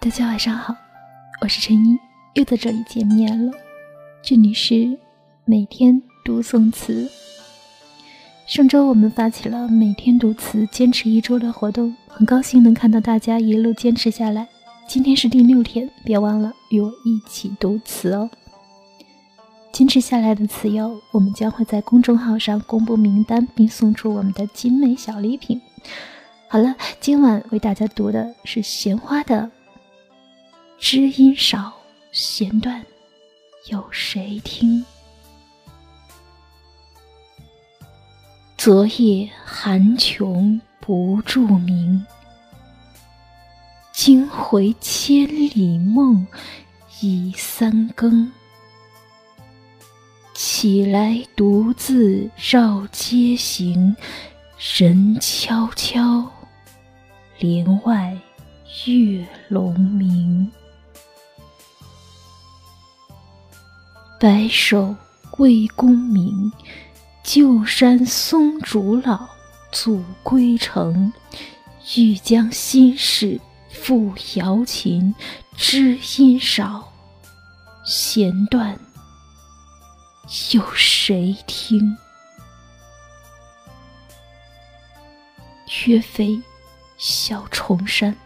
大家晚上好，我是陈一，又在这里见面了。这里是每天读宋词。上周我们发起了每天读词坚持1周的活动，很高兴能看到大家一路坚持下来。今天是第6天，别忘了与我一起读词哦。坚持下来的词友，我们将会在公众号上公布名单，并送出我们的精美小礼品。好了，今晚为大家读的是闲花的知音少，弦断有谁听？昨夜寒琼不著名，今回千里梦已3更。起来独自绕街行，人悄悄，帘外月胧明。白首归功名，旧山松竹老，阻归程。欲将心事付瑶琴，知音少，弦断有谁听？岳飞，小重山。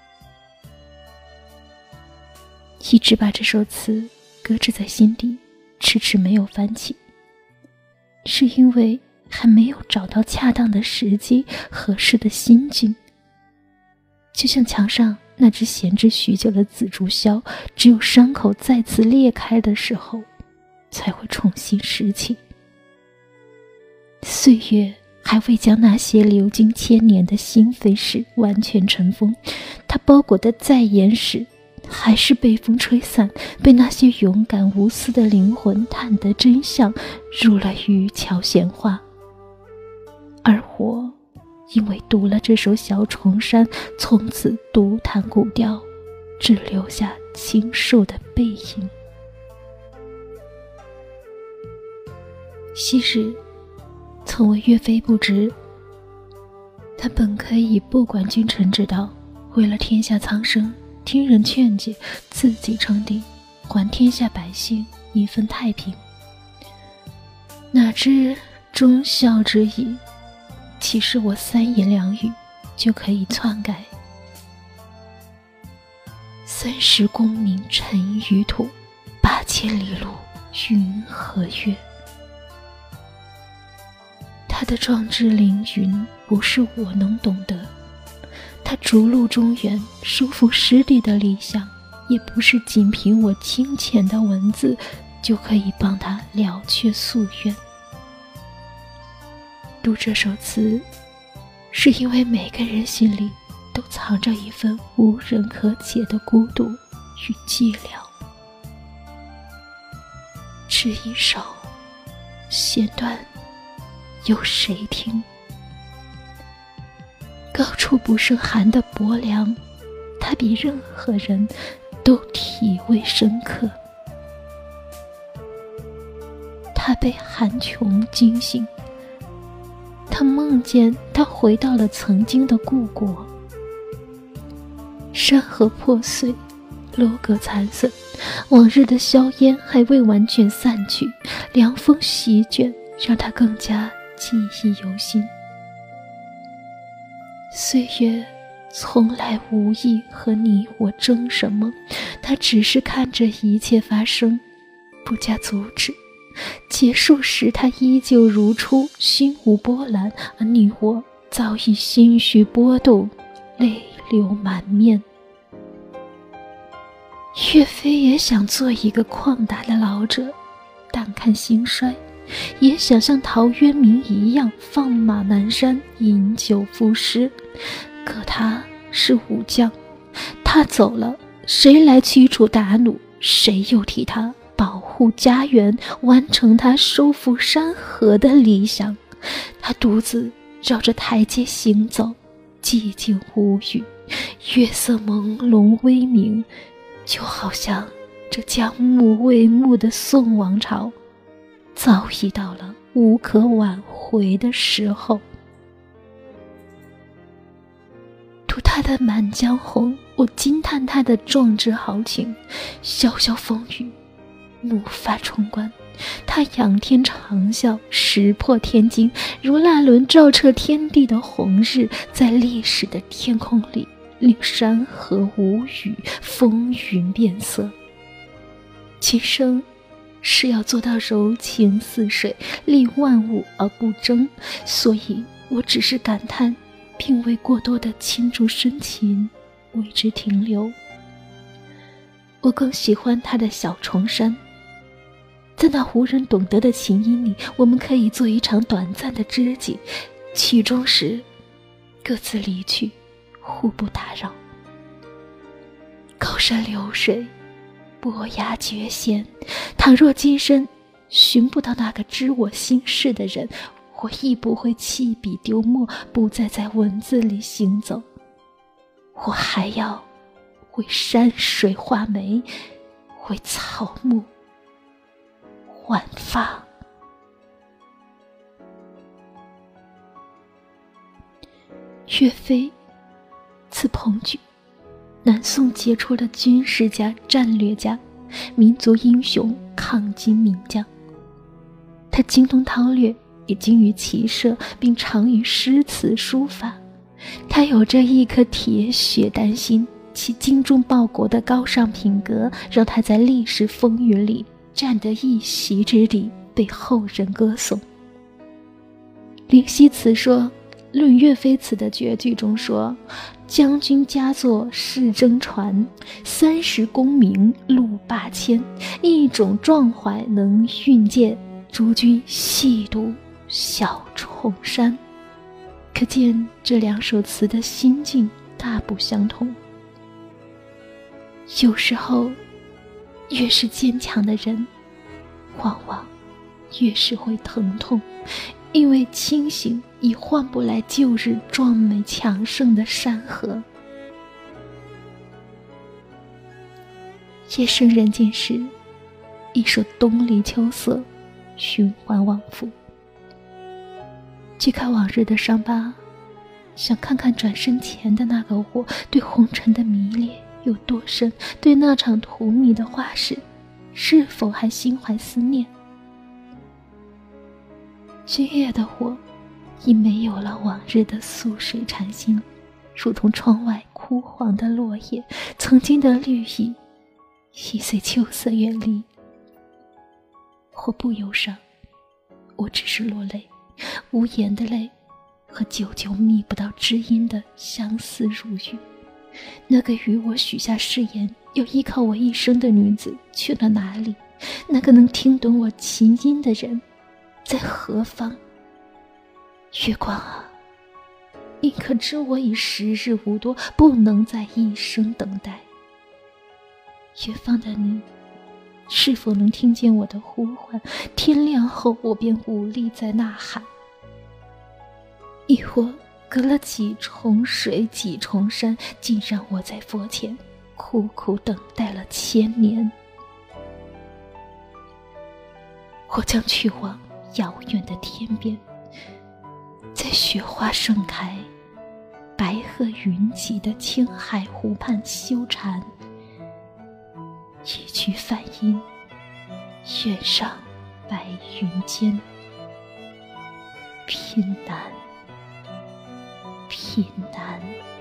一直把这首词搁置在心底，迟迟没有翻起，是因为还没有找到恰当的时机，合适的心境。就像墙上那只闲置许久的紫竹箫，只有伤口再次裂开的时候，才会重新拾起。岁月还未将那些流经千年的心扉事完全尘封，它包裹的再严实，还是被风吹散，被那些勇敢无私的灵魂探得真相，入了渔樵闲话。而我因为读了这首小重山，从此独弹古调，只留下清瘦的背影。昔日曾为岳飞不值，他本可以不管君臣之道，为了天下苍生，听人劝解，自己称帝，还天下百姓一份太平。哪知忠孝之意，岂是我3言2语就可以篡改？30功名尘与土，8000里路云和月。他的壮志凌云不是我能懂得，他逐鹿中原，收复失地的理想，也不是仅凭我清浅的文字就可以帮他了却夙愿。读这首词，是因为每个人心里都藏着一份无人可解的孤独与寂寥。知音少，弦断有谁听？高处不胜寒的薄凉，他比任何人都体味深刻。他被寒琼惊醒，他梦见他回到了曾经的故国。山河破碎，楼阁残损，往日的硝烟还未完全散去，凉风席卷，让他更加记忆犹新。岁月从来无意和你我争什么，他只是看着一切发生，不加阻止。结束时他依旧如初，心无波澜，而你我早已心绪波动，泪流满面。岳飞也想做一个旷达的老者，淡看兴衰，也想像陶渊明一样放马南山，饮酒赋诗。可他是武将，他走了，谁来驱除鞑虏？谁又替他保护家园，完成他收复山河的理想？他独自绕着台阶行走，寂静无语，月色朦胧微明，就好像这将暮未暮的宋王朝早已到了无可挽回的时候。读他的《满江红》，我或惊叹他的壮志豪情。潇潇风雨，怒发冲冠，他仰天长啸，石破天惊，如那轮照彻天地的红日，在历史的天空里令山河无语，风云变色。今生是要做到柔情似水，利万物而不争，所以我只是感叹，并未过多的倾注深情，为之停留。我更喜欢他的小重山，在那无人懂得的情谊里，我们可以做一场短暂的知己，曲终时各自离去，互不打扰。高山流水，伯牙绝弦，倘若今生寻不到那个知我心事的人，我亦不会弃笔丢墨，不再在文字里行走。我还要为山水画眉，为草木挽发。岳飞，字鹏举，南宋杰出的军事家、战略家，民族英雄，抗金名将。他精通韬略，也精于骑射，并长于诗词书法。他有着一颗铁血丹心，其精忠报国的高尚品格，让他在历史风云里占得一席之地，被后人歌颂。林夕词说《论岳飞词》的绝句中说：将军佳作世争传，30功名路8千，一种壮怀能运荐，诸君细读小重山。可见这两首词的心境大不相同。有时候，越是坚强的人，往往越是会疼痛，因为清醒已换不来旧日壮美强盛的山河。夜深人静时，一首东篱秋色，循环往复。去看往日的伤疤，想看看转身前的那个我，对红尘的迷恋有多深，对那场荼蘼的花事，是否还心怀思念。今夜的我已没有了往日的素水禅心，如同窗外枯黄的落叶，曾经的绿意已随秋色远离。我不忧伤，我只是落泪，无言的泪，和久久觅不到知音的相思如玉。那个与我许下誓言要依靠我一生的女子去了哪里？那个能听懂我琴音的人在何方？月光啊，你可知我已时日无多，不能再一生等待。远方的你，是否能听见我的呼唤？天亮后我便无力再呐喊，亦或隔了几重水几重山，竟让我在佛前苦苦等待了1000年。我将去往遥远的天边，在雪花盛开、白鹤云集的青海湖畔修禅，一曲梵音，远上白云间，偏南偏南。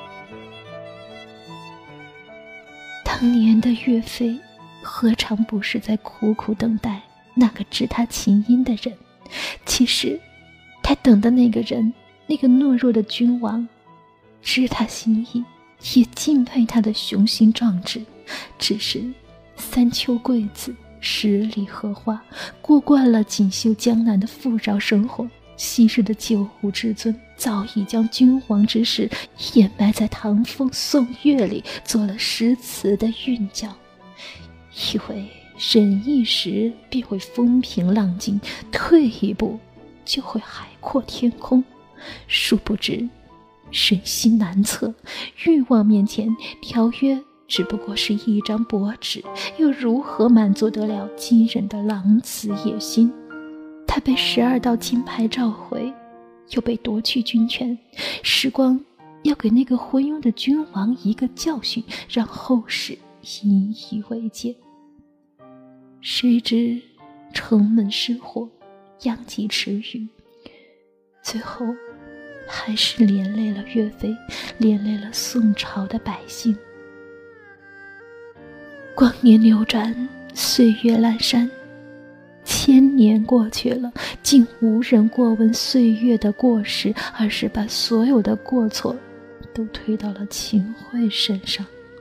当年的岳飞，何尝不是在苦苦等待那个知他琴音的人？其实他等的那个人，那个懦弱的君王，知他心意，也敬佩他的雄心壮志，只是三秋桂子，十里荷花，过惯了锦绣江南的富饶生活，昔日的九五之尊早已将君王之事掩埋在唐风宋月里，做了诗词的韵脚，以为忍一时便会风平浪静，退一步就会海阔天空。殊不知人心难测，欲望面前，条约只不过是一张薄纸，又如何满足得了惊人的狼子野心？他被12道金牌召回，又被夺去军权，时光要给那个昏庸的君王一个教训，让后世引以为戒。谁知城门失火，殃及池鱼，最后还是连累了岳飞，连累了宋朝的百姓。光年流转，岁月阑珊，1000年过去了，竟无人过问岁月的过失，而是把所有的过错都推到了秦桧身上。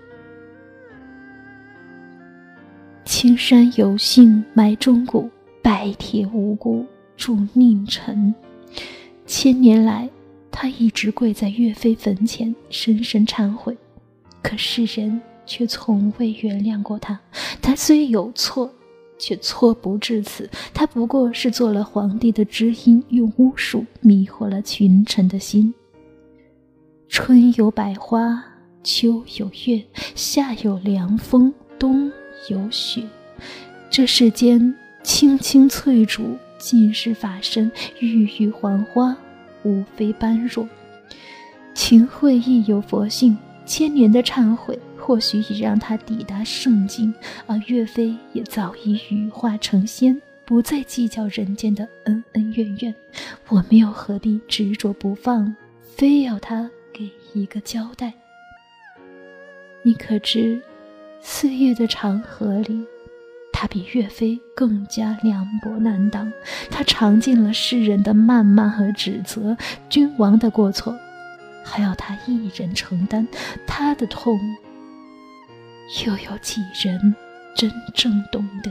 青山有幸埋忠骨，白铁无辜铸佞臣。1000年来，他一直跪在岳飞坟前深深忏悔，可世人却从未原谅过他。他虽有错，却错不至此，他不过是做了皇帝的知音，用巫术迷惑了群臣的心。春有百花，秋有月，夏有凉风，冬有雪。这世间青青翠竹，尽是法身，郁郁黄花，无非般若。秦桧亦有佛性，1000年的忏悔或许已让他抵达圣境，而岳飞也早已羽化成仙，不再计较人间的恩恩怨怨。我们又何必执着不放，非要他给一个交代？你可知，岁月的长河里，他比岳飞更加凉薄难当。他尝尽了世人的谩骂和指责，君王的过错还要他一人承担，他的痛又有几人真正懂得？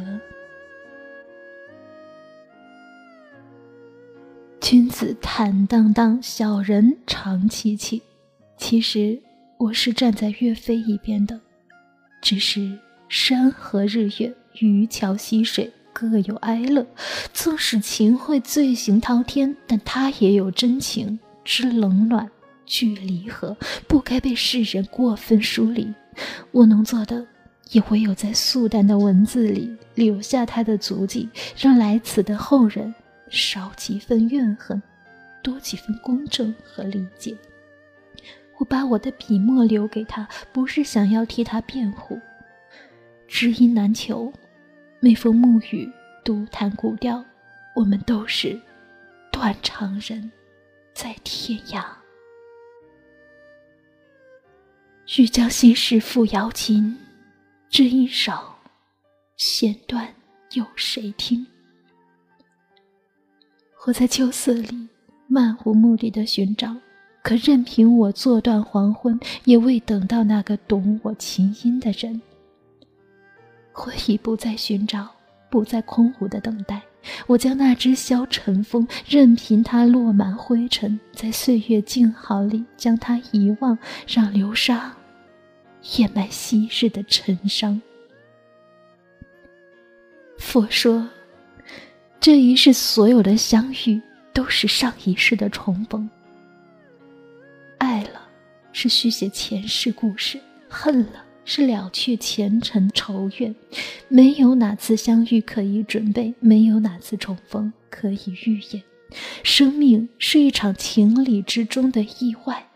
君子坦荡荡，小人长戚戚。其实我是站在岳飞一边的，只是山河日月，渔樵溪水各有哀乐。纵使秦桧罪行滔天，但他也有真情，知冷暖惧离合，不该被世人过分疏离。我能做的也唯有在素淡的文字里留下他的足迹，让来此的后人少几分怨恨，多几分公正和理解。我把我的笔墨留给他，不是想要替他辩护。知音难求，每逢暮雨，独弹古调，我们都是断肠人，在天涯。欲将心事付瑶琴，知音少，弦断有谁听？我在秋色里漫无目的的寻找，可任凭我坐断黄昏，也未等到那个懂我琴音的人。我已不再寻找，不再空无的等待，我将那只箫尘封，任凭它落满灰尘，在岁月静好里将它遗忘，让流沙掩埋昔日的尘伤。佛说，这一世所有的相遇都是上一世的重逢。爱了是续写前世故事，恨了是了却前尘仇怨。没有哪次相遇可以准备，没有哪次重逢可以预演。生命是一场情理之中的意外。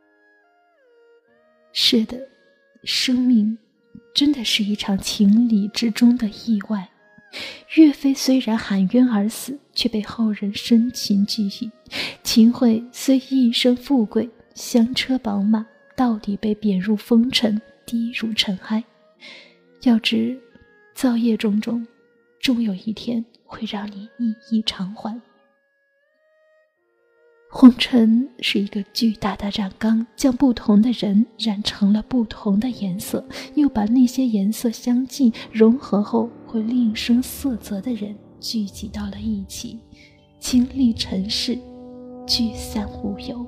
是的，生命真的是一场情理之中的意外。岳飞虽然含冤而死，却被后人深情记忆。秦桧虽一生富贵，香车宝马，到底被贬入风尘，低入尘埃。要知造业种种，终有一天会让你一一偿还。红尘是一个巨大的染缸，将不同的人染成了不同的颜色，又把那些颜色相近融合后会另生色泽的人聚集到了一起，经历尘世，聚散无有。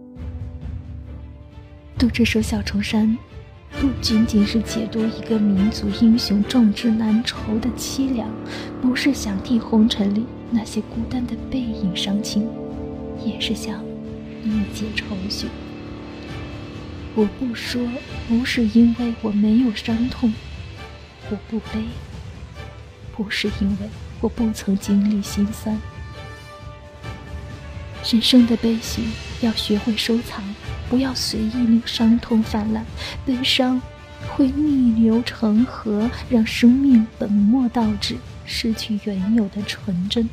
读这首《小重山》，不仅仅是解读一个民族英雄众志难酬的凄凉，不是想替红尘里那些孤单的背影伤情，也是想一解愁绪。我不说，不是因为我没有伤痛；我不悲，不是因为我不曾经历心酸。人生的悲喜要学会收藏， 不要随意令伤痛泛滥，悲伤会逆流成河，让生命本末倒置，失去原有的纯真。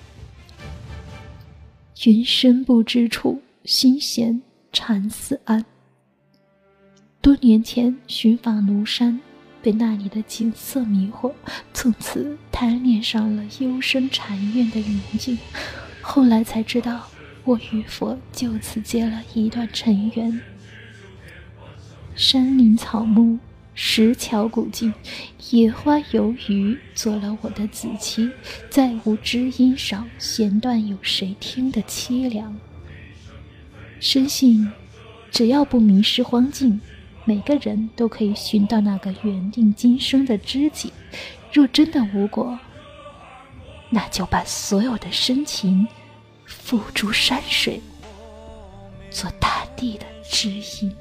云深不知处，心弦禅似安。多年前寻访庐山，被那里的景色迷惑，从此贪恋上了幽深禅院的宁静。后来才知道，我与佛就此结了一段尘缘。山林草木，石桥古径，野花游鱼，做了我的子期，再无知音少，弦断有谁听得凄凉。深信只要不迷失荒径，每个人都可以寻到那个缘定今生的知己。若真的无果，那就把所有的深情付诸山水，做大地的知音。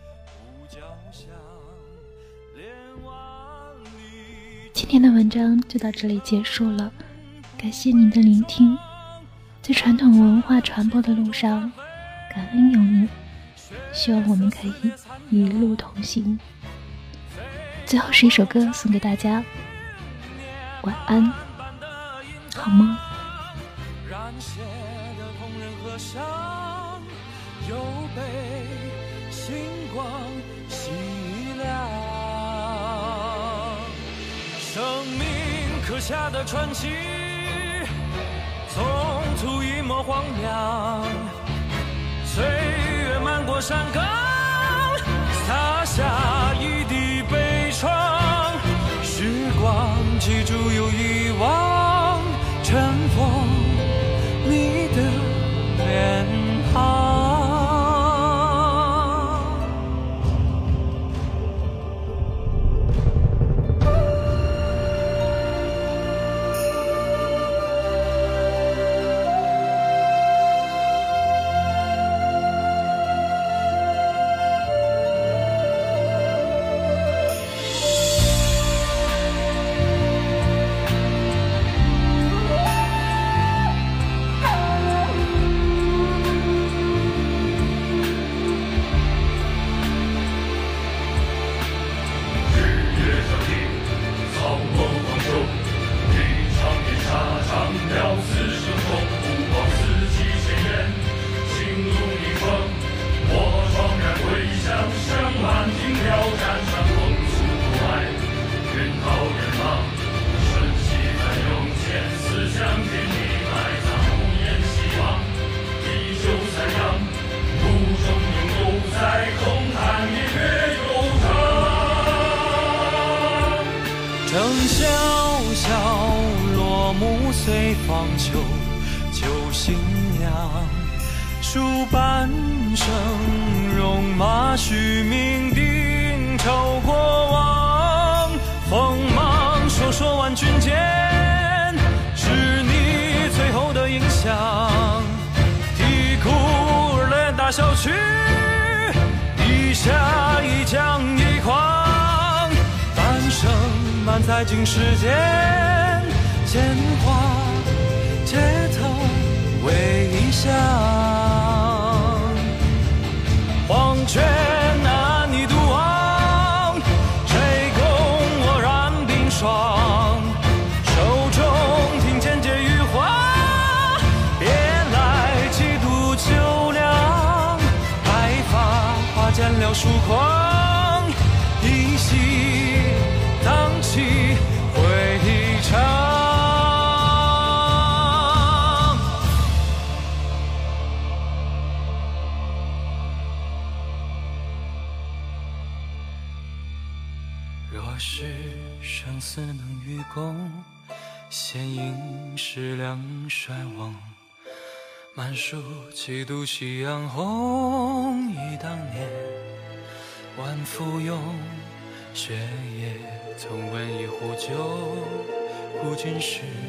今天的文章就到这里结束了，感谢您的聆听。在传统文化传播的路上，感恩有你，希望我们可以一路同行。最后是一首歌送给大家，晚安，好梦。 染血的同仁和尚，又被星光洗亮。生命刻下的传奇，从途一抹荒凉。岁月漫过山岗，洒下一地悲怆。时光记住又遗忘，尘封你的脸庞。郑潇潇，落幕随芳秋，旧新娘。数半生戎马，续命定仇过往。锋芒烁烁万军间，是你最后的影响。啼哭而来大笑去，一下一将一狂。半生漫在尽世间，鲜花街头微笑。黄泉难以独往，谁共我染冰霜？手中听剑结雨花，别来几度秋凉。白发花溅了曙光，依稀荡起回肠。若是生死能与共，显影是两衰亡。满树几度夕阳红，忆当年晚芙蓉。雪夜曾温一壶酒，古今是